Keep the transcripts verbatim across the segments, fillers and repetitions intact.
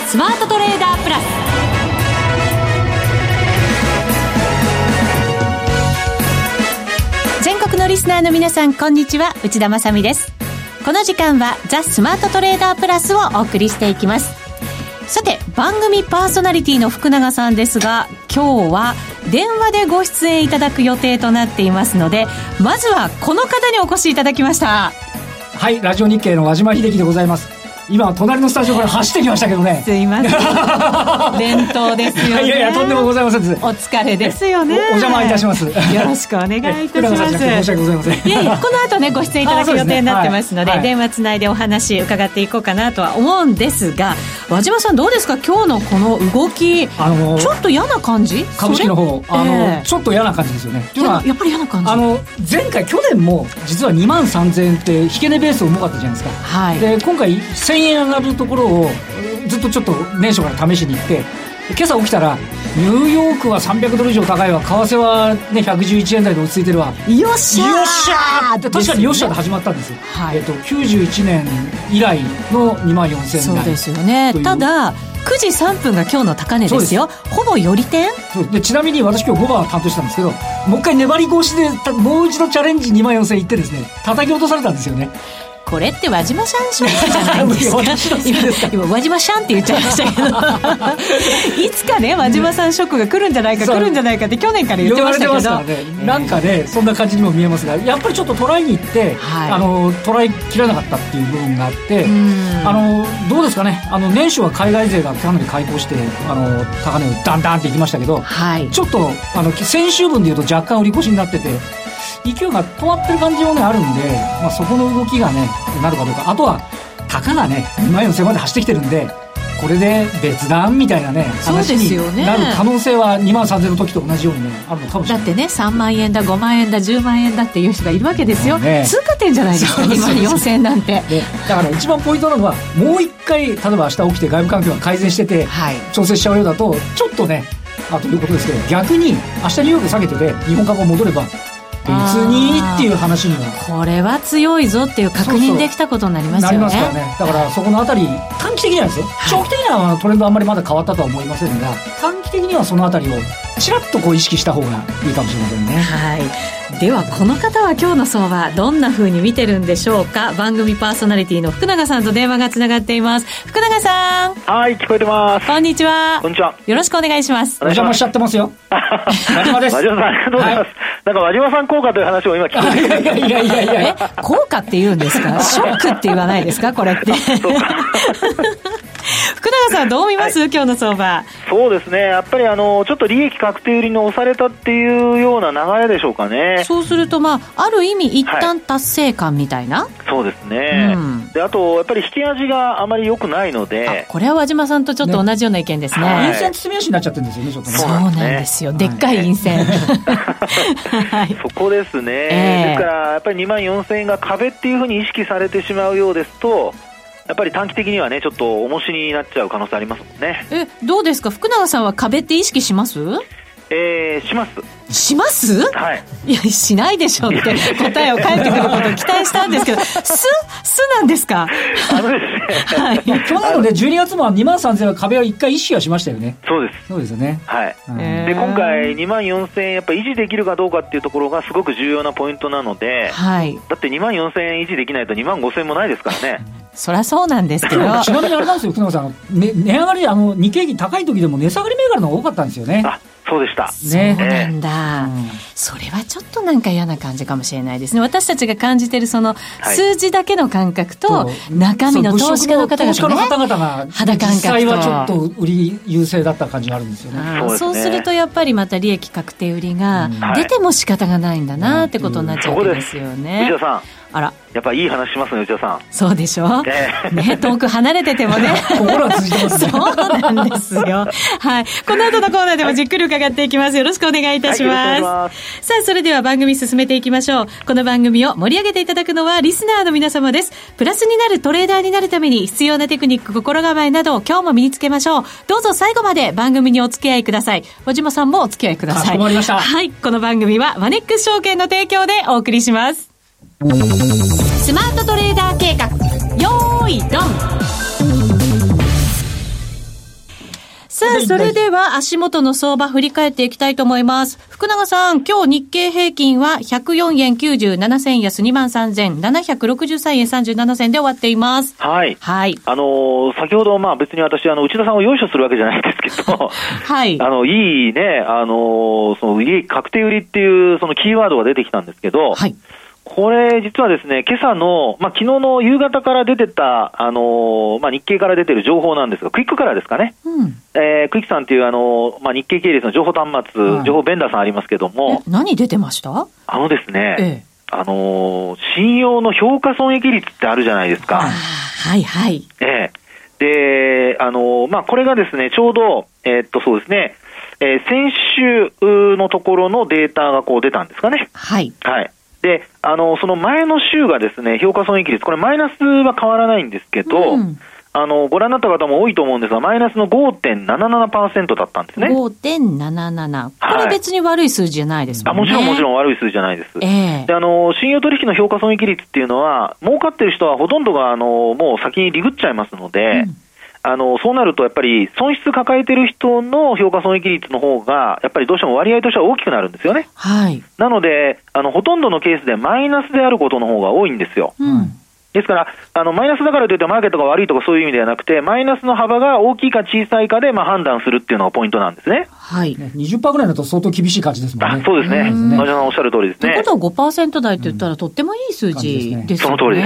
スマートトレーダープラス。全国のリスナーの皆さん、こんにちは、内田まさみです。この時間はザ・スマートトレーダープラスをお送りしていきます。さて、番組パーソナリティの福永さんですが、今日は電話でご出演いただく予定となっていますので、まずはこの方にお越しいただきました。 はい、ラジオ日経の和島秀樹でございます。今隣のスタジオから走ってきましたけどね。 すいません連投ですよね。 いやいや、とんでもございませんです。 お疲れですよね。 お, お邪魔いたします。よろしくお願いいたします。 申し訳ございません。 いやいや、この後ねご出演いただく予定になってますの で, で、ねはい、電話つないでお話伺っていこうかなとは思うんですが、和島さんどうですか、今日のこの動き、あのー、ちょっと嫌な感じ、 株式の方、あのーえー、ちょっと嫌な感じですよね。 というのはやっぱり嫌な感じ。 あの前回去年も実はにまんさんぜんえんって引け値ベース重かったじゃないですか、はい、で今回せんえん上がるところをずっとちょっと年初から試しに行って、今朝起きたらニューヨークはさんびゃくドル以上高いわ、為替は、ね、ひゃくじゅういちえん台で落ち着いてるわ、 よっしゃーよっしゃーって確かによっしゃーで始まったんですよ、はい、えっと、きゅうじゅういちねん以来のにまんよんせんえん台。 そうですよね。ただくじさんぷんが今日の高値ですよ。ほぼ寄り点。 そうで、ちなみに私今日ごばん担当したんですけど、もう一回粘り越しでもう一度チャレンジにまんよんせんえんいってですね、叩き落とされたんですよね。 これって和島さんショックじゃないですか。 私のせいですか。 今和島シャンって言っちゃいましたけどいつかね和島さんショックが来るんじゃないか来るんじゃないかって去年から言ってましたけど、 言われてますからね、なんかねそんな感じにも見えますが、やっぱりちょっとトライに行って、はい、あのトライ切らなかったっていう部分があって、あのどうですかね、あの年初は海外勢がかなり開口してあの高値をダンダンっていきましたけど、はい、ちょっとあの先週分でいうと若干売り越しになってて勢いが止まってる感じもねあるんで、まあ、そこの動きがねなるかどうか。あとはたかがねにまんよんせんまで走ってきてるんで、これで別段みたいなね話になる可能性はにまんさんぜんの時と同じようにねあるのかもしれない。 だってねさんまんえんだごまんえんだじゅうまんえんだっていう人がいるわけですよ、ね、通過点じゃないですかにまんよんせんえんなんて。 でだから一番ポイントなのはもう一回例えば明日起きて外部環境が改善してて、はい、調整しちゃうようだとちょっとねあということですけど、逆に明日ニューヨーク下げてて日本株が戻れば別にっていう話にはこれは強いぞっていう確認できたことになりますよね。 そうそうなりますからね。だからそこのあたり短期的にはですよ、長期的にはトレンドあんまりまだ変わったとは思いませんが、短期的にはそのあたりをちらっとこう意識した方がいいかもしれませんね。 はい。ではこの方は今日の相場どんな風に見てるんでしょうか。番組パーソナリティの福永さんと電話がつながっています。福永さん。 はい、聞こえてます。 こんにちは。 こんにちは。 よろしくお願いします。 お邪魔しちゃってますよ。和島です。 和島さんありがとうございます、はい、なんか和島さん効果という話を今聞いていやいやいやいやいやえ効果って言うんですかショックって言わないですかこれってそうか福永さんどう見ます、はい、今日の相場。 そうですね、やっぱりあのちょっと利益確定売りに押されたっていうような流れでしょうかね。 そうすると、まあ、ある意味一旦達成感みたいな、はい、 そうですね、うん、であとやっぱり引き味があまり良くないので、 これは和島さんとちょっと同じような意見ですね。 陰線包み足になっちゃってるんですよね、ちょっとね。 そうなんですよ、でっかい陰線、 はい、そこですね、えー、ですからやっぱりにまんよんせんえんが壁っていうふうに意識されてしまうようですと、やっぱり短期的にはねちょっと重しになっちゃう可能性ありますもんね。 えどうですか福永さんは壁って意識します？ えー、しますします？ はい。 いやしないでしょって答えを返ってくることを期待したんですけどすすなんですか？ あのですね、はい、 去年の、ね、じゅうにがつもにまんさんぜんえんは壁は一回意識はしましたよね。 そうですそうですよね。 はい、うん、で今回にまんよんせんえんやっぱ維持できるかどうかっていうところがすごく重要なポイントなので、はい、だってにまんよんせんえん維持できないとにまんごせんえんもないですからね。 そりゃそうなんですけどちなみにあれなんですよ福永さん、ね、値上がりあの日経平均高い時でも値下がり銘柄の方が多かったんですよね。 あそうでした、 ね、そうなんだ、うん、それはちょっとなんか嫌な感じかもしれないですね。私たちが感じてるその数字だけの感覚と、はい、中身の投資家の方々ね、投資家の方々が肌感覚と実際はちょっと売り優勢だった感じがあるんですよね。 そうですね。そうするとやっぱりまた利益確定売りが出ても仕方がないんだなってことになっちゃうんですよね。 内田さんあらやっぱいい話しますね内田さん。 そうでしょ、ねね、遠く離れててもね心は通じてますね。 そうなんですよ、はい、この後のコーナーでもじっくり伺っていきます。よろしくお願いいたします、はい、さあそれでは番組進めていきましょう。この番組を盛り上げていただくのはリスナーの皆様です。プラスになるトレーダーになるために必要なテクニック心構えなどを今日も身につけましょう。どうぞ最後まで番組にお付き合いください。小島さんもお付き合いください。 かしこまりました。 はい、この番組はマネックス証券の提供でお送りします。スマートトレーダー計画よーいドン。 さあ、それでは足元の相場振り返っていきたいと思います。福永さん、今日日経平均はひゃくよんえんきゅうじゅうななせん安 にまんさんぜんななひゃくろくじゅうさんえんさんじゅうななせんで終わっています。 はい。 はい。 あのー、先ほど、まあ別に私、あの、内田さんを用意するわけじゃないんですけど、はい。あの、いいね、あのー、その、利益確定売りっていう、そのキーワードが出てきたんですけど、はい。これ、実はですね、今朝の、まあ、昨日の夕方から出てた、あのー、まあ、日経から出てる情報なんですが、クイックからですかね。うん。えー、クイックさんっていう、あのー、まあ、日経系列の情報端末、はい、情報ベンダーさんありますけども。 何出てました？ あのですね、ええ、あのー、信用の評価損益率ってあるじゃないですか。 はいはい。 ええ。で、あのー、まあ、これがですね、ちょうど、えー、っと、そうですね、えー、先週のところのデータがこう出たんですかね。 はい。 はい。で、あの、その前の週がですね、評価損益率、これマイナスは変わらないんですけど、うん、あの、ご覧になった方も多いと思うんですが、マイナスの ごてんななななパーセント だったんですね。 ごてんなななな。これ別に悪い数字じゃないですもんね。 あ、もちろんもちろん悪い数字じゃないです。 えー、 で、あの、信用取引の評価損益率っていうのは、儲かってる人はほとんどが、あの、もう先にリグっちゃいますので、うん、あの、そうなるとやっぱり損失抱えてる人の評価損益率の方が、やっぱりどうしても割合としては大きくなるんですよね。 はい。 なので、あの、ほとんどのケースでマイナスであることの方が多いんですよ。うん。ですから、あの、マイナスだからといってマーケットが悪いとかそういう意味ではなくて、マイナスの幅が大きいか小さいかで、まあ、判断するっていうのがポイントなんですね。 はい。 にじゅっパーセント ぐらいだと相当厳しい感じですもんね。 あ、そうですね。野島さんおっしゃる通りですね。 ということは ごパーセント 台って言ったらとってもいい数字ですよね。その通りです。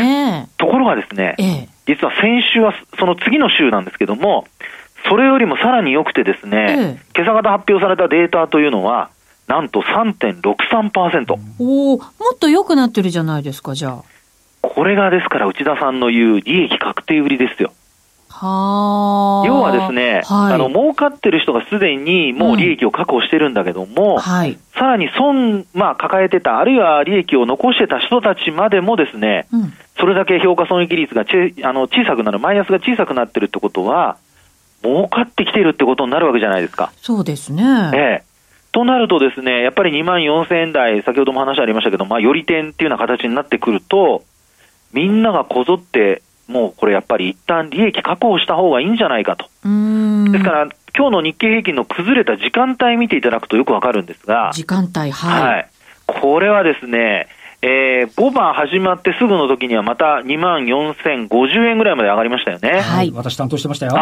ところがですね、 ええ、 実は先週はその次の週なんですけども、それよりもさらに良くてですね、ええ、今朝方発表されたデータというのは、なんと さんてんろくさんパーセント。 おー、もっと良くなってるじゃないですか、じゃあ。 これがですから内田さんの言う利益確定売りですよ。 はー。 要はですね、はい、あの、儲かってる人がすでにもう利益を確保してるんだけども、うん、はい、さらに損、まあ、抱えてた、あるいは利益を残してた人たちまでもですね、うん、それだけ評価損益率がちあの小さくなる、マイナスが小さくなってるってことは、儲かってきてるってことになるわけじゃないですか。 そうですね。 ええ。となるとですね、やっぱりにまんよんせんえん台、先ほども話ありましたけど、まあ、より点っていうような形になってくると、みんながこぞって、もうこれやっぱり一旦利益確保した方がいいんじゃないかと。 うーん。 ですから、今日の日経平均の崩れた時間帯見ていただくとよくわかるんですが。 時間帯、はい。はい。 これはですね、えー、ごばん始まってすぐの時にはまたにまんよんせんごじゅうえんぐらいまで上がりましたよね。 はい。私担当してましたよ。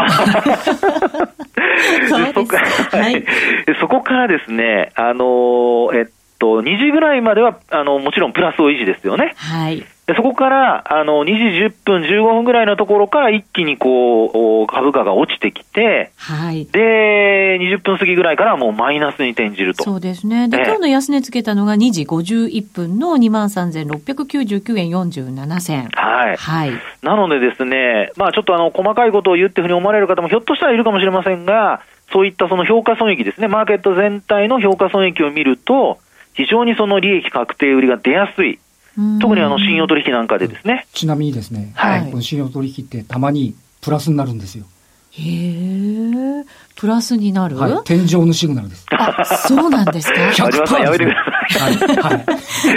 そうです。はい。 そこからですね、あのー、えっと、にじぐらいまでは、あの、もちろんプラスを維持ですよね。 はい。 でそこから、あの、にじじゅっぷん、じゅうごふんぐらいのところから一気にこう、株価が落ちてきて、 はい。 で、にじゅっぷん過ぎぐらいからもうマイナスに転じると。 そうですね。で、えー、今日の安値つけたのがにじごじゅういっぷんの にまんさんぜんろっぴゃくきゅうじゅうきゅうえんよんじゅうななせん。 はい。 はい。 なのでですね、まあちょっとあの、細かいことを言うっていうふうに思われる方もひょっとしたらいるかもしれませんが、そういったその評価損益ですね、マーケット全体の評価損益を見ると、非常にその利益確定売りが出やすい。特にあの信用取引なんかでですね。 ちなみにですね、 はい、 この信用取引ってたまにプラスになるんですよ。 へー、プラスになる、 はい、天井のシグナルです。 あ、そうなんですか。 ひゃくパーセント やめてください。 はい。はい、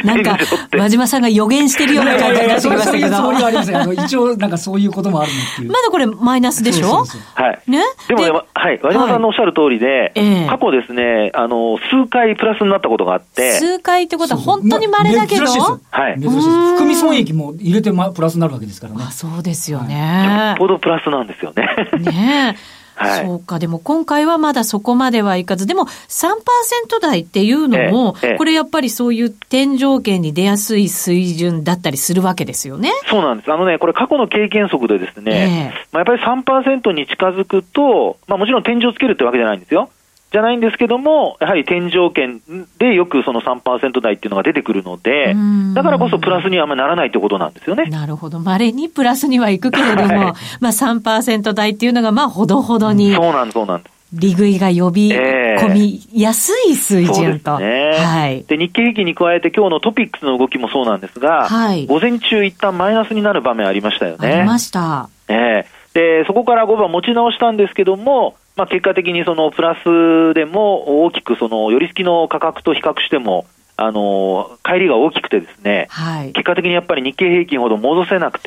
なんか、和島さんが予言してるような感じになってきましたけど。いやいやいや、 そういうつもりはありません。あの、一応、なんかそういうこともあるのっていう。 まだこれマイナスでしょ。そうそうそう、 はい。 ね。 でもね、はい。和島さんのおっしゃる通りで、はい、過去ですね、あの、数回プラスになったことがあって。 数回ってことは本当に稀だけど。 珍しいです。 はい。 珍しいです。含み損益も入れて、ま、プラスになるわけですからね。 あ、そうですよね。 はい、よっぽどプラスなんですよね。 ねえ。はい、そうか。でも今回はまだそこまではいかず、でも さんパーセント 台っていうのも、ええ、これやっぱりそういう天井圏に出やすい水準だったりするわけですよね。 そうなんです。あのね、これ過去の経験則でですね、え、まあ、やっぱり さんパーセント に近づくと、まあもちろん天井をつけるってわけじゃないんですよ。じゃないんですけども、やはり天井圏でよくその さんパーセント 台っていうのが出てくるので、だからこそプラスにはあんまりならないってことなんですよね。 なるほど。稀にプラスにはいくけれども、はい、まあ さんパーセント 台っていうのがまあほどほどに。 そうなんです、そうなんです。 利食いが呼び込みやすい水準と。 えー、そうですね。はい。で、日経平均に加えて今日のトピックスの動きもそうなんですが、はい、午前中一旦マイナスになる場面ありましたよね。 ありました。 えー、で、そこからごばん持ち直したんですけども、まあ、結果的にそのプラスでも大きくその寄り付きの価格と比較しても、あの、乖離が大きくてですね、はい、結果的にやっぱり日経平均ほど戻せなくて、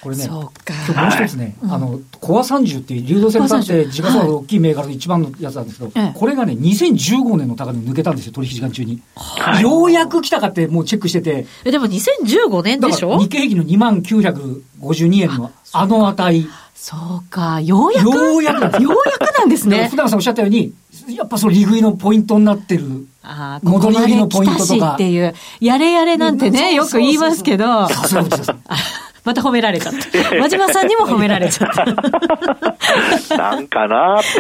これね、今日もう一つね、はい、あのコアさんじゅうっていう流動性の算定時価総額大きい銘柄の一番のやつなんですけど、はい、これがねにせんじゅうごねんの高値抜けたんですよ、取引時間中に、はい、ようやく来たかってもうチェックしてて。 えでもにせんじゅうごねんでしょ。 だから日経平均のにまんきゅうひゃくごじゅうにえんのあの値、 そうか、ようやくようやくようやくなんですね。 福永さんおっしゃったように、やっぱその利食いのポイントになってる、 あ戻り売りのポイントとかっていう、やれやれなんてね、よく言いますけど、また褒められちゃった。和島さんにも褒められちゃった。 なんかなって。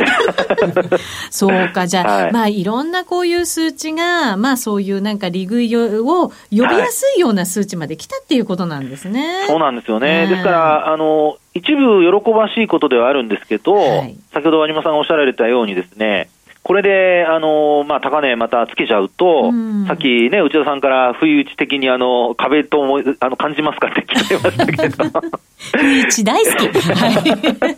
そうか、じゃあ、はい、まあいろんなこういう数値が、まあそういうなんか利食いを呼びやすいような数値まで来たっていうことなんですね。 はい、そうなんですよね。ですから、あの、一部喜ばしいことではあるんですけど、はい、先ほど和島さんがおっしゃられたようにですね、これで、あの、まあ、高値またつけちゃうと、うん、さっきね、内田さんから不意打ち的にあの、壁と思い、あの、感じますかって聞かれましたけど。 不意打ち大好き。はい。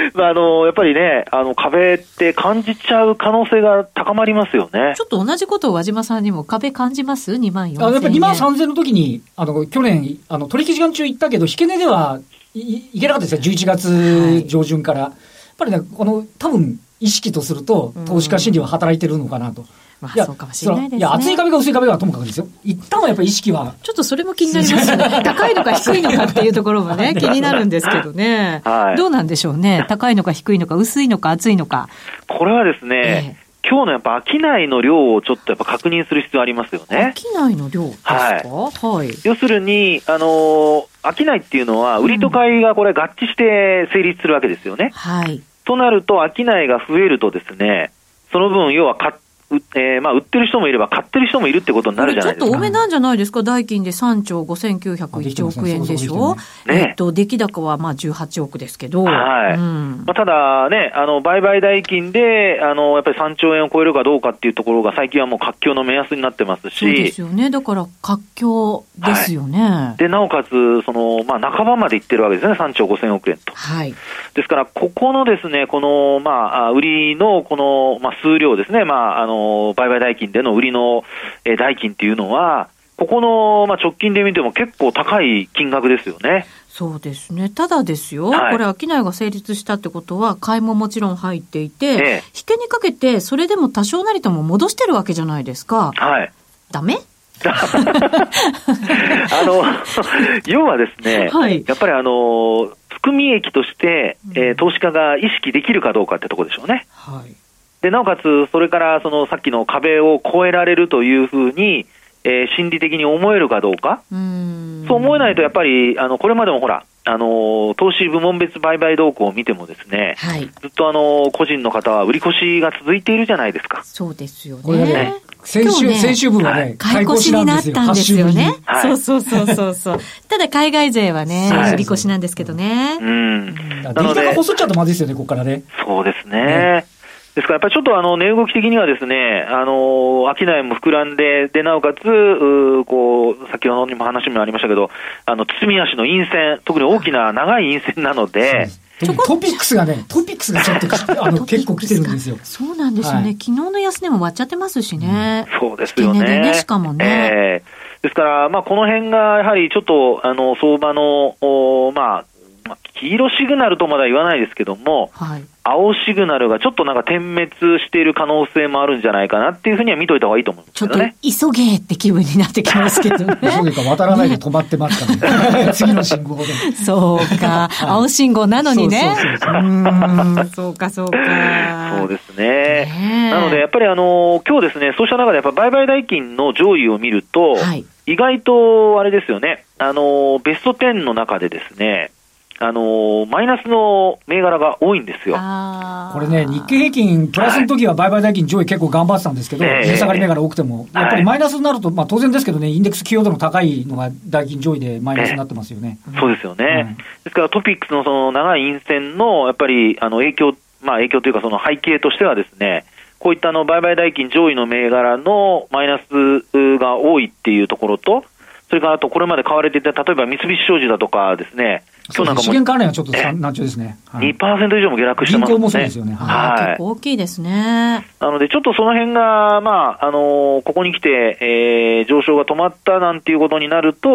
まあ、あの、やっぱりね、あの、壁って感じちゃう可能性が高まりますよね。 ちょっと同じことを和島さんにも壁感じます ?にまんよんせんえん。 あ、やっぱりにまんさんぜんえんの時に、あの、去年、あの、取引時間中行ったけど、引け値ではいいけなかったですよ、じゅういちがつ上旬から。はい、やっぱりね、この、多分、意識とすると投資家心理は働いてるのかなと。うんまあ、そうかもしれないですね。 いや、厚い壁か薄い壁はともかくですよ。一旦はやっぱり意識は。 ちょっとそれも気になりますよね。高いのか低いのかっていうところもね、気になるんですけどね。はい、どうなんでしょうね。高いのか低いのか、薄いのか厚いのか。 これはですね、ええ今日のやっぱ商いの量をちょっとやっぱ確認する必要ありますよね。 商いの量ですか、はいはい、 要するに、あのー、商いっていうのは売りと買いがこれ合致して成立するわけですよね。 はい。 となると商いが増えるとですね、その分要は買っえー、まあ売ってる人もいれば買ってる人もいるってことになるじゃないですか。 ちょっと多めなんじゃないですか。代金でさんちょうごせんきゅうひゃくいちおくえんでしょ。えっと出来高はまあじゅうはちおくですけど。 はい。うん、まあ、ただね、あの売買代金であのやっぱりさんちょうえんを超えるかどうかっていうところが最近はもう活況の目安になってますし。 そうですよね。だから活況ですよね。はい、 でなおかつそのまあ半ばまでいってるわけですね。さんちょうごせんおくえんと。 はい。 ですからここのですねこのまあ売りのこのまあ数量ですね。まああの売買代金での売りの代金っていうのはここのまあ直近で見ても結構高い金額ですよね。 そうですね。ただですよ、はい、これ商いが成立したってことは買いももちろん入っていて、ええ、引けにかけてそれでも多少なりとも戻してるわけじゃないですか。 はい。 ダメあの要はですね、はい、やっぱりあの含み益として、えー、投資家が意識できるかどうかってところでしょうね。 はい。 でなおかつそれからそのさっきの壁を越えられるというふうに、えー、心理的に思えるかどうか。うーんそう思えないとやっぱりあのこれまでもほらあの投資部門別売買動向を見てもですね、はい、ずっとあの個人の方は売り越しが続いているじゃないですか。 そうですよね。 これね先週、ね、先週分はね、 買い越しになったんですよね。はい、そうそうそうそうそう。ただ海外勢はね、売り越しなんですけどね。 うん。 出来高こすっちゃうとまずいですよね、ここからね。 そうですね。ねですからやっぱりちょっとあの値動き的にはですね、あの商いも膨らんで、でなおかつこう先ほどにも話もありましたけど、あの包み足の陰線、特に大きな長い陰線なので。 トピックスがね、トピックスがちょっとあの結構来てるんですよ。 そうなんですよね。はい、昨日の安値も割っちゃってますしね。 うん、そうですよね。 ねしかもね。 えー、ですから、まあ、この辺がやはりちょっとあの相場の、まあ、黄色シグナルとまだ言わないですけども、はい、青シグナルがちょっとなんか点滅している可能性もあるんじゃないかなっていうふうには見といた方がいいと思うんですけどね。 ちょっと急げって気分になってきますけどね。 急げか渡らないで止まってますからね。次の信号で。 そうか、青信号なのにね。そうそうそうそう。うーん、そうかそうか。 そうですね。ねなのでやっぱりあの今日ですね、そうした中でやっぱ売買代金の上位を見ると、はい、意外とあれですよね。あのベストじゅうの中でですね。あのー、マイナスの銘柄が多いんですよ。 これね、日経平均プラスの時は売買代金上位結構頑張ってたんですけど、値、はい、下がり銘柄多くても、やっぱりマイナスになると、まあ当然ですけどね、インデックス寄与度の高いのが代金上位でマイナスになってますよね。 そうですよね。うん、ですからトピックスのその長い陰線のやっぱりあの影響、まあ影響というかその背景としてはですね、こういったあの売買代金上位の銘柄のマイナスが多いっていうところと、それからあとこれまで買われていた例えば三菱商事だとかですね、 今日なんかも資源関連はちょっと難聴ですね。 はい、にパーセント 以上も下落してますね。 銀行もそうですよね。 はい。結構大きいですね。 なのでちょっとその辺がまああのー、ここに来て、えー、上昇が止まったなんていうことになると、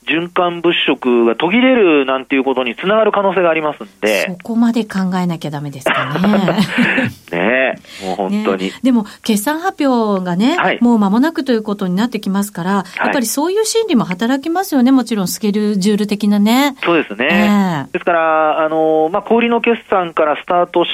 循環物色が途切れるなんていうことにつながる可能性がありますんで。 そこまで考えなきゃダメですかね。 ねえ、もう本当に。ね、 でも、決算発表がね、はい、もう間もなくということになってきますから、はい、やっぱりそういう心理も働きますよね、もちろんスケジュール的なね。 そうですね。えー、ですから、あの、まあ、小売りの決算からスタートして、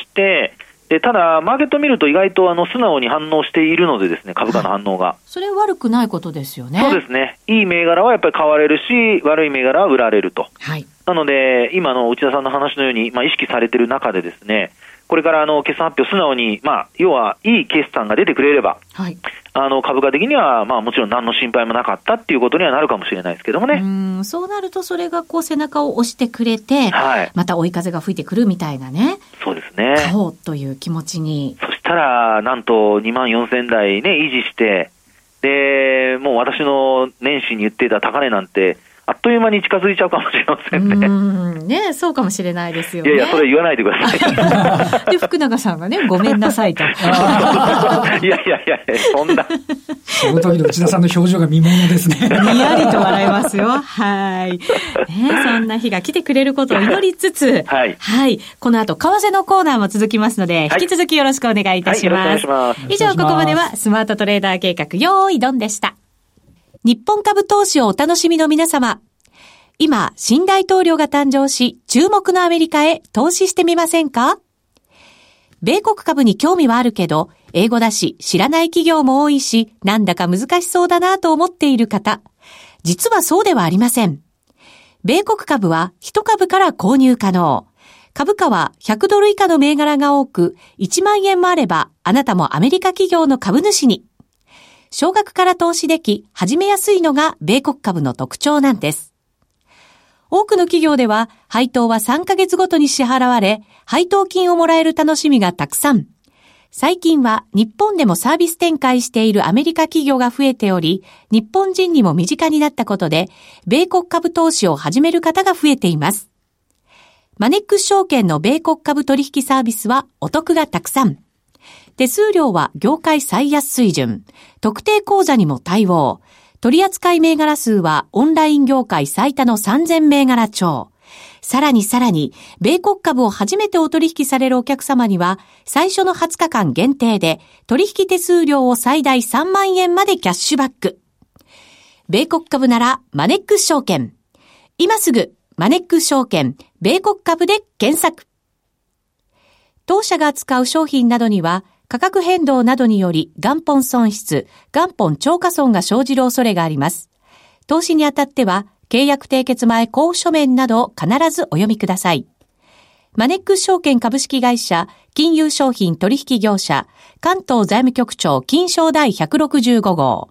でただ、マーケット見ると意外とあの素直に反応しているのでですね、株価の反応が、はい、 それは悪くないことですよね。 そうですね。いい銘柄はやっぱり買われるし、悪い銘柄は売られると。はい。なので、今の内田さんの話のように、まあ、意識されている中でですね、これからあの決算発表素直に、まあ、要はいい決算が出てくれれば、はい、あの株価的には、まあ、もちろん何の心配もなかったっていうことにはなるかもしれないですけどもね。 うん、そうなるとそれがこう背中を押してくれて、はい、また追い風が吹いてくるみたいなね。 そうですね。 買おうという気持ちに。 そしたらなんとにまんよんせん台ね維持して、でもう私の年始に言っていた高値なんてあっという間に近づいちゃうかもしれませんね。 うんね、そうかもしれないですよね。 いやいや、それ言わないでください。で、福永さんがね、ごめんなさいと。いやいやいや、そんな。 その時の内田さんの表情が見ものですね。 にやりと笑いますよ。はい。ね、そんな日が来てくれることを祈りつつ、はい。はい。この後、為替のコーナーも続きますので、引き続きよろしくお願いいたします。はい、よろしくお願いします。以上、ここまではスマートトレーダー計画、よーいドンでした。日本株投資をお楽しみの皆様。今、新大統領が誕生し、注目のアメリカへ投資してみませんか？米国株に興味はあるけど、英語だし、知らない企業も多いし、なんだか難しそうだなと思っている方。実はそうではありません。米国株は一株から購入可能。株価はひゃくドル以下の銘柄が多く、いちまんえんもあれば、あなたもアメリカ企業の株主に。少額から投資でき、始めやすいのが米国株の特徴なんです。多くの企業では、配当はさんかげつごとに支払われ、配当金をもらえる楽しみがたくさん。最近は日本でもサービス展開しているアメリカ企業が増えており、日本人にも身近になったことで、米国株投資を始める方が増えています。マネックス証券の米国株取引サービスはお得がたくさん。手数料は業界最安水準。特定口座にも対応。取扱銘柄数はオンライン業界最多のさんぜん銘柄超。さらにさらに、米国株を初めてお取引されるお客様には、最初のはつかかん限定で、取引手数料を最大さんまんえんまでキャッシュバック。米国株なら、マネックス証券。今すぐ、マネックス証券、米国株で検索。当社が扱う商品などには、価格変動などにより元本損失、元本超過損が生じる恐れがあります。投資にあたっては、契約締結前交付書面などを必ずお読みください。マネックス証券株式会社、金融商品取引業者、関東財務局長金商第ひゃくろくじゅうご号。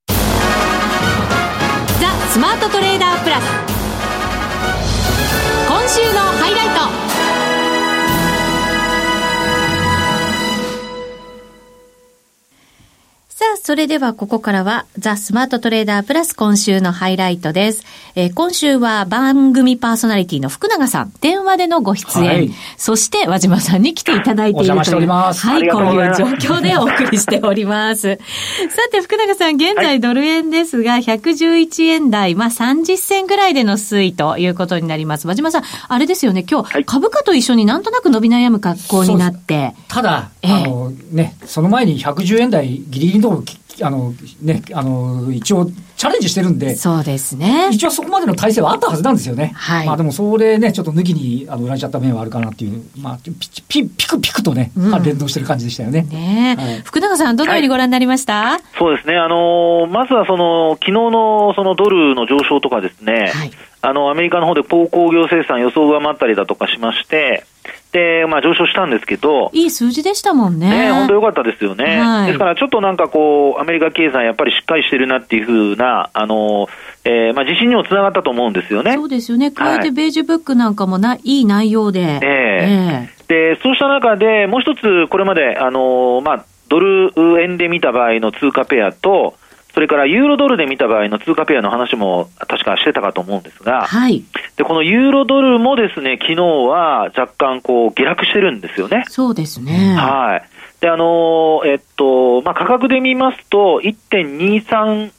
ザ・スマートトレーダープラス。今週のハイライト。さあ、それではここからはザ・スマートトレーダープラス今週のハイライトです。えー、今週は番組パーソナリティの福永さん、電話でのご出演、はい、そして和島さんに来ていただいているという。お邪魔しております。 はい、こういう状況でお送りしております。さて、福永さん、現在ドル円ですが、ひゃくじゅういちえん台、まあさんじゅっ銭ぐらいでの推移ということになります。和島さん、あれですよね、今日、はい、株価と一緒になんとなく伸び悩む格好になって。 ただ、えー、あのね、その前にひゃくじゅうえん台ギリギリのあのね、あの一応チャレンジしてるんで、 そうですね。 一応そこまでの体制はあったはずなんですよね。はい。まあでもそれね、ちょっと抜きにあの売られちゃった面はあるかなっていう、まあピピピクピクとね、うん、連動してる感じでしたよね。 ね、はい、福永さんどのようにご覧になりました？はい、 そうですね。あのー、まずはその昨日のそのドルの上昇とかですね。はい。あのアメリカの方で鉱工業生産予想を上回ったりだとかしまして。で、まあ上昇したんですけど。 いい数字でしたもんね。 ね、本当良かったですよね。はい、ですからちょっとなんかこう、アメリカ経済やっぱりしっかりしてるなっていうふうな、あの、えー、まあ自信にもつながったと思うんですよね。 そうですよね。加えてベージュブックなんかもな、はい、いい内容で。えー、 えー。で、そうした中で、もう一つこれまで、あの、まあ、ドル円で見た場合の通貨ペアと、それからユーロドルで見た場合の通貨ペアの話も確かしてたかと思うんですが、はい、でこのユーロドルもですね、昨日は若干こう下落してるんですよね。 そうですね。 はい。で、あのー、えっと、まあ、価格で見ますと いってんにさん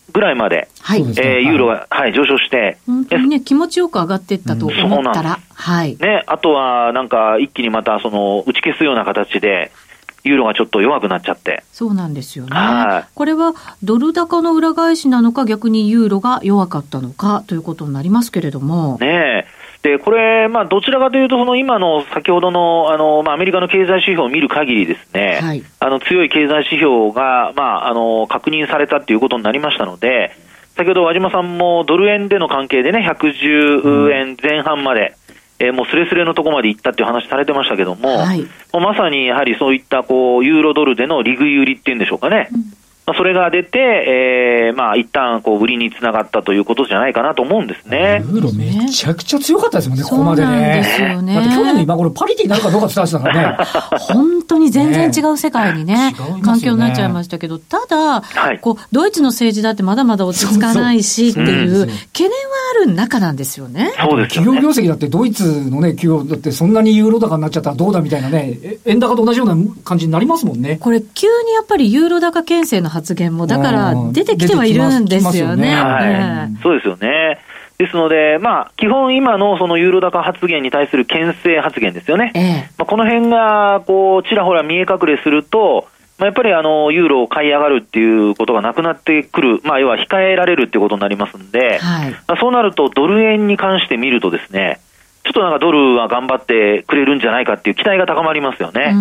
ぐらいまで、はい、えー、ユーロが、はい、上昇して。 本当にね、気持ちよく上がっていったと思ったら。はい。 ね、あとは、なんか、一気にまた、その、打ち消すような形で、ユーロがちょっと弱くなっちゃって。 そうなんですよね。はい。これは、ドル高の裏返しなのか、逆にユーロが弱かったのか、ということになりますけれども。 ねえ。で、これ、まあ、どちらかというと、その今の先ほどの、あの、まあ、アメリカの経済指標を見る限りですね、はい、あの、強い経済指標が、まあ、あの、確認されたっていうことになりましたので、先ほど和島さんもドル円での関係でね、ひゃくじゅうえんぜん半まで、うん、えー、もうスレスレのとこまで行ったっていう話されてましたけども、はい、もうまさにやはりそういった、こう、ユーロドルでの利食い売りっていうんでしょうかね。うん、まあ、それが出て、えー、まあ、一旦、こう、売りにつながったということじゃないかなと思うんですね。 ユーロめちゃくちゃ強かったですもんね、ここまでね。そうなんですよね。だって去年の今頃パリティになるかどうか伝わってたからね。 本当に全然違う世界にね、ね環境になっちゃいましたけど、ただ、はい、こう、ドイツの政治だってまだまだ落ち着かないしっていう懸念はある中なんですよね。 そうですよね。 企業業績だってドイツのね、企業だってそんなにユーロ高になっちゃったらどうだみたいなね、円高と同じような感じになりますもんね。 これ急にやっぱりユーロ高牽制の発言も、だから出てきてはいるんですよね。 はい、そうですよね。ですので、まあ、基本今のそのユーロ高発言に対する牽制発言ですよね。ええ、まあ、この辺が、こう、ちらほら見え隠れすると、まあ、やっぱりあの、ユーロを買い上がるっていうことがなくなってくる、まあ、要は控えられるっていうことになりますんで、はい、まあ、そうなるとドル円に関して見るとですね、ちょっとなんかドルは頑張ってくれるんじゃないかっていう期待が高まりますよね。 うん、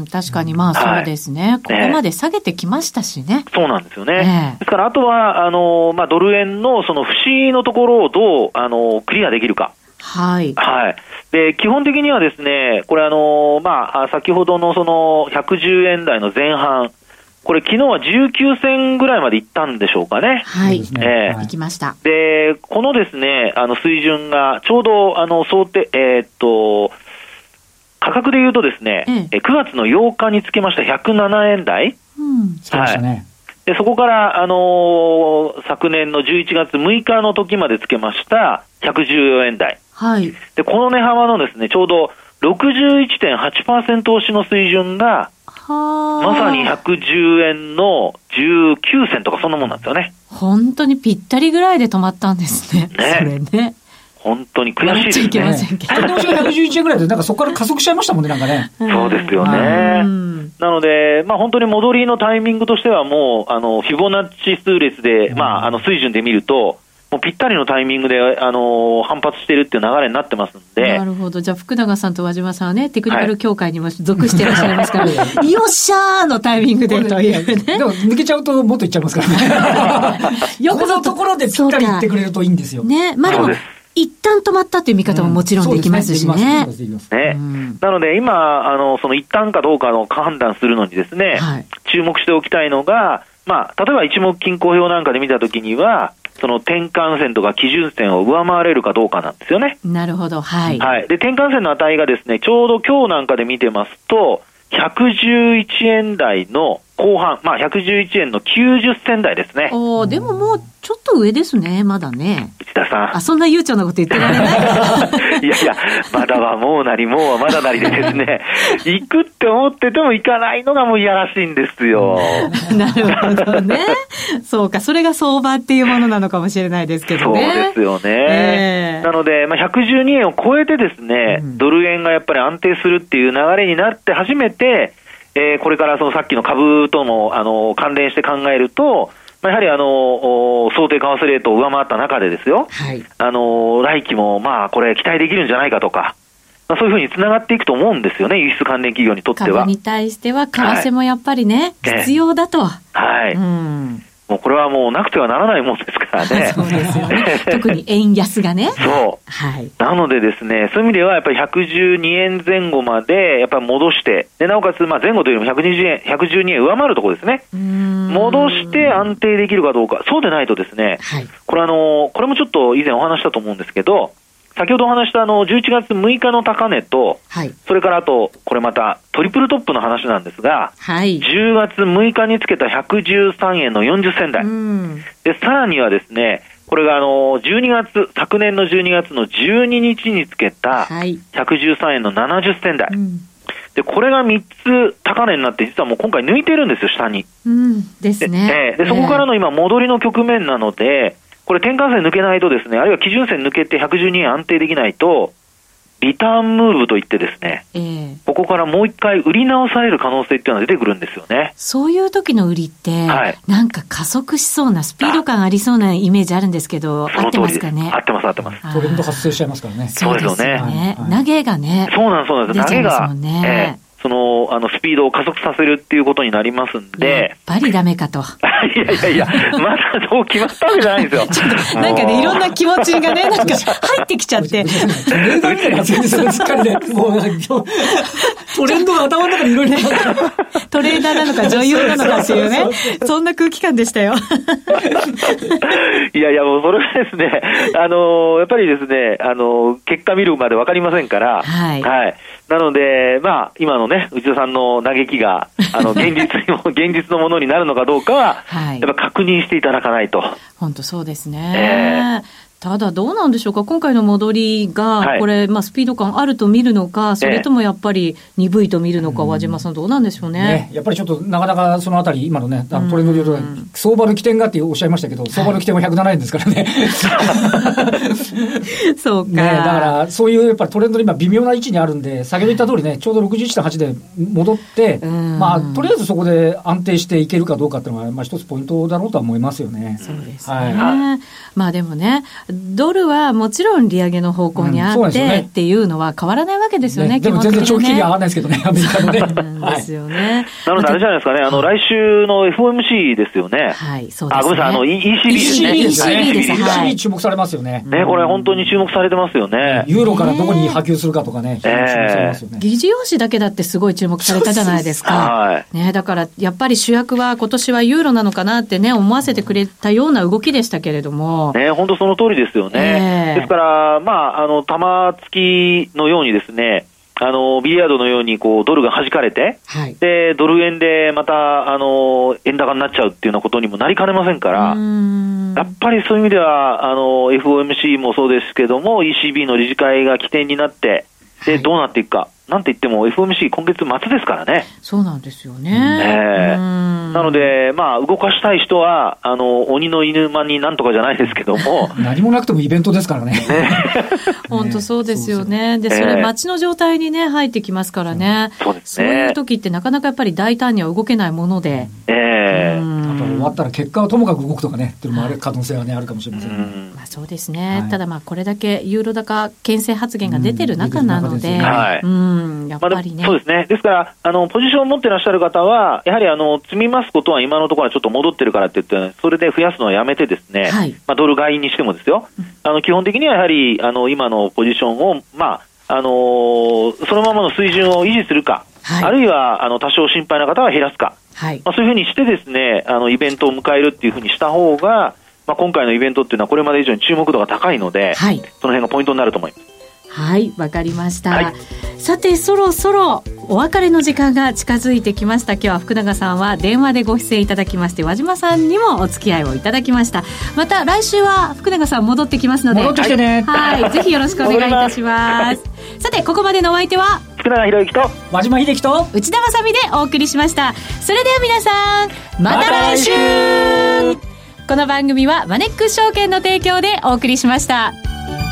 確かにまあそうですね。はい、ここまで下げてきましたしね。 そうなんですよね。えー、ですからあとは、あの、まあ、ドル円のその節のところをどう、あの、クリアできるか。 はい。 はい。で、基本的にはですね、これあの、まあ、先ほどのそのひゃくじゅうえん台の前半、これ昨日はじゅうきゅうせんぐらいまで行ったんでしょうかね。 はい。えー、行きました。 で、このですね、あの水準がちょうどあの想定、えー、っと、価格で言うとですね、ええ、くがつのようかにつけましたひゃくななえん台。 うん。 そうでしたね。はい、 で、そこから、あのー、昨年のじゅういちがつむいかの時までつけましたひゃくじゅうよえん台。 はい。 で、この値幅のですね、ちょうど ろくじゅういってんはちパーセント 押しの水準が、まさにひゃくじゅうえんのじゅうきゅうせんとかそんなもんなんですよね。 本当にぴったりぐらいで止まったんですね。ね。それね。 本当に悔しいですね。 いけませんけど。 ひゃくじゅういちえんぐらいで、なんかそこから加速しちゃいましたもんね、なんかね。 そうですよね。なので、まあ本当に戻りのタイミングとしてはもう、あの、フィボナッチ数列で、まあ、あの、水準で見ると、もうぴったりのタイミングで、あのー、反発しているっていう流れになってますんで。 なるほど。じゃあ福永さんと和島さんはね、テクニカル協会にも属していらっしゃいますから、はい、よっしゃーのタイミングでというね。 でも抜けちゃうともっといっちゃいますからね。よくのところでぴったりいってくれるといいんですよ。 ね。まあでも、一旦止まったという見方ももちろんできますしね。 ね。なので今、あの、その一旦かどうかの判断するのにですね、はい、注目しておきたいのが、まあ、例えば一目均衡表なんかで見たときには、その転換線とか基準線を上回れるかどうかなんですよね。 なるほど、はい。 はい。で、転換線の値がですね、ちょうど今日なんかで見てますと、ひゃくじゅういちえん台の後半、まあひゃくじゅういちえんのきゅうじゅっせん台ですね。 おー、でももうちょっと上ですね、まだね。 内田さん。 あ、そんな悠長なこと言ってられないいやいや、まだはもうなり、もうはまだなりでですね、行くって思ってても行かないのがもういやらしいんですよ。 なるほどね。そうか、それが相場っていうものなのかもしれないですけどね。 そうですよね。えー、なので、まあ、ひゃくじゅうにえんを超えてですね、うん、ドル円がやっぱり安定するっていう流れになって初めて、えー、これからそのさっきの株ともあの関連して考えると、まあ、やはりあの想定為替レートを上回った中でですよ、はい、あの来期もまあこれ期待できるんじゃないかとか、まあ、そういうふうにつながっていくと思うんですよね、輸出関連企業にとっては。 株に対しては為替もやっぱりね、はい、必要だと。 はい。うん、もうこれはもうなくてはならないもんですからね。 そうですよね。特に円安がね。 そう。はい。なのでですね、そういう意味ではやっぱりひゃくじゅうにえんぜん後までやっぱり戻して、でなおかつまあ前後というよりもひゃくにじゅうえん、ひゃくじゅうにえん上回るところですね。うーん、戻して安定できるかどうか。そうでないとですね、はい、これあの、これもちょっと以前お話したと思うんですけど、先ほどお話したあのじゅういちがつむいかの高値と、はい、それからあとこれまたトリプルトップの話なんですが、はい、じゅうがつむいかにつけたひゃくじゅうさんえんのよんじゅっせん台、うん、でさらにはですね、これがあのじゅうにがつ、昨年のじゅうにがつのじゅうににちにつけたひゃくじゅうさんえんのななじゅっせん台、うん、 で、これがみっつ高値になって、実はもう今回抜いてるんですよ、下に。 うん、ですね。 で、でそこからの今、戻りの局面なので、これ転換線抜けないとですね、あるいは基準線抜けてひゃくじゅうにえん安定できないと、リターンムーブといってですね、えー、ここからもう一回売り直される可能性っていうのが出てくるんですよね。 そういう時の売りって、はい、なんか加速しそうなスピード感ありそうなイメージあるんですけど、合ってますかね。 合ってます合ってます。 トレンド発生しちゃいますからね。 そうですよね。投げがね。 そうなんですそうなんです。投げが、ね、えーその、あの、スピードを加速させるっていうことになりますんで。 やっぱりダメかと。 いやいやいや、まだそう決まったわけじゃないんですよ。 ちょっと、なんかね、いろんな気持ちがね、なんか入ってきちゃって。トレンドみたいな発言ですよ、しっかりね。もうなんか、トレンドが頭の中にいろいろ。 トレーダーなのか女優なのかっていうね。そんな空気感でしたよ。 いやいや、もうそれはですね、あの、やっぱりですね、あの、結果見るまでわかりませんから。はい。はい。なので、まあ、今のね、内田さんの嘆きが、あの、現実にも、現実のものになるのかどうかは、はい、やっぱ確認していただかないと。 本当そうですね。えーただどうなんでしょうか、今回の戻りが、これ、はい、まあ、スピード感あると見るのか、それともやっぱり鈍いと見るのか、えー、和島さん、どうなんでしょう ね, ね。 やっぱりちょっとなかなかそのあたり、今のね、あのトレンドで言うと、相場の起点がっておっしゃいましたけど、相場の起点はひゃくななえんですからね。 そうか、 ね。だから、そういうやっぱりトレンドで今、微妙な位置にあるんで、先ほど言った通りね、ちょうど ろくじゅういちてんはち で戻って、まあ、とりあえずそこで安定していけるかどうかっていうのが、まあ、一つポイントだろうとは思いますよね。 そうですね。はい、まあでもね、ドルはもちろん利上げの方向にあって、うんね、っていうのは変わらないわけですよね。 ねでも全然長期金利上がらないですけどね、アメリカのね。 ですよね。 なのであれじゃないですかね、あの来週の エフオーエムシー ですよね。 はい、そうですね。 あ、ごめんなさい、あの イーシービー ですね。 イーシービー です。 イーシービー 注目されますよね。 ね、これ本当に注目されてますよね。 ユーロからどこに波及するかとかね、注目されますよね。 議事要旨だけだってすごい注目されたじゃないですか。はい。ね、だからやっぱり主役は今年はユーロなのかなってね、思わせてくれたような動きでしたけれども。 ね、本当その通りですよね。ですから、まあ、あの、玉突きのようにですね、あの、ビリヤードのように、こう、ドルが弾かれて、はい、で、ドル円でまた、あの、円高になっちゃうっていうようなことにもなりかねませんから、やっぱりそういう意味では、あの、エフオーエムシー もそうですけども、イーシービー の理事会が起点になって、で、はい、どうなっていくか。なんて言っても エフオーエムシー 今月末ですからね。 そうなんですよね。 えー、なので、まあ、動かしたい人は、あの、鬼の犬間になんとかじゃないですけども。 何もなくてもイベントですからね。 本当そうですよね。で、それ街の状態にね、入ってきますからね。 そうですね。 そういう時ってなかなかやっぱり大胆には動けないもので。 ええー。 あと終わったら結果はともかく動くとかね、っていうのもある可能性はね、あるかもしれませんね。 まあそうですね。はい、ただまあ、これだけユーロ高牽制発言が出てる中なので、 はい。 うんやっぱりね、 まあ、そうですね。ですから、あの、ポジションを持ってらっしゃる方は、やはりあの、積みますことは今のところはちょっと戻ってるからって言って、それで増やすのはやめてですね、はい、まあ、ドル買いにしてもですよ、うん、あの、基本的にはやはり、あの、今のポジションを、まあ、あのー、そのままの水準を維持するか、はい、あるいは、あの、多少心配な方は減らすか、はい、まあ、そういうふうにしてですね、あの、イベントを迎えるっていうふうにした方が、まあ、今回のイベントっていうのはこれまで以上に注目度が高いので、はい、その辺がポイントになると思います。 はい、わかりました、はい、さてそろそろお別れの時間が近づいてきました。今日は福永さんは電話でご出演いただきまして、和島さんにもお付き合いをいただきました。また来週は福永さん戻ってきますので、 戻ってきてね、 はい、はい、ぜひよろしくお願いいたしますさてここまでのお相手は福永博之と和島秀樹と内田まさみでお送りしました。それでは皆さんまた来週、また来週。この番組はマネックス証券の提供でお送りしました。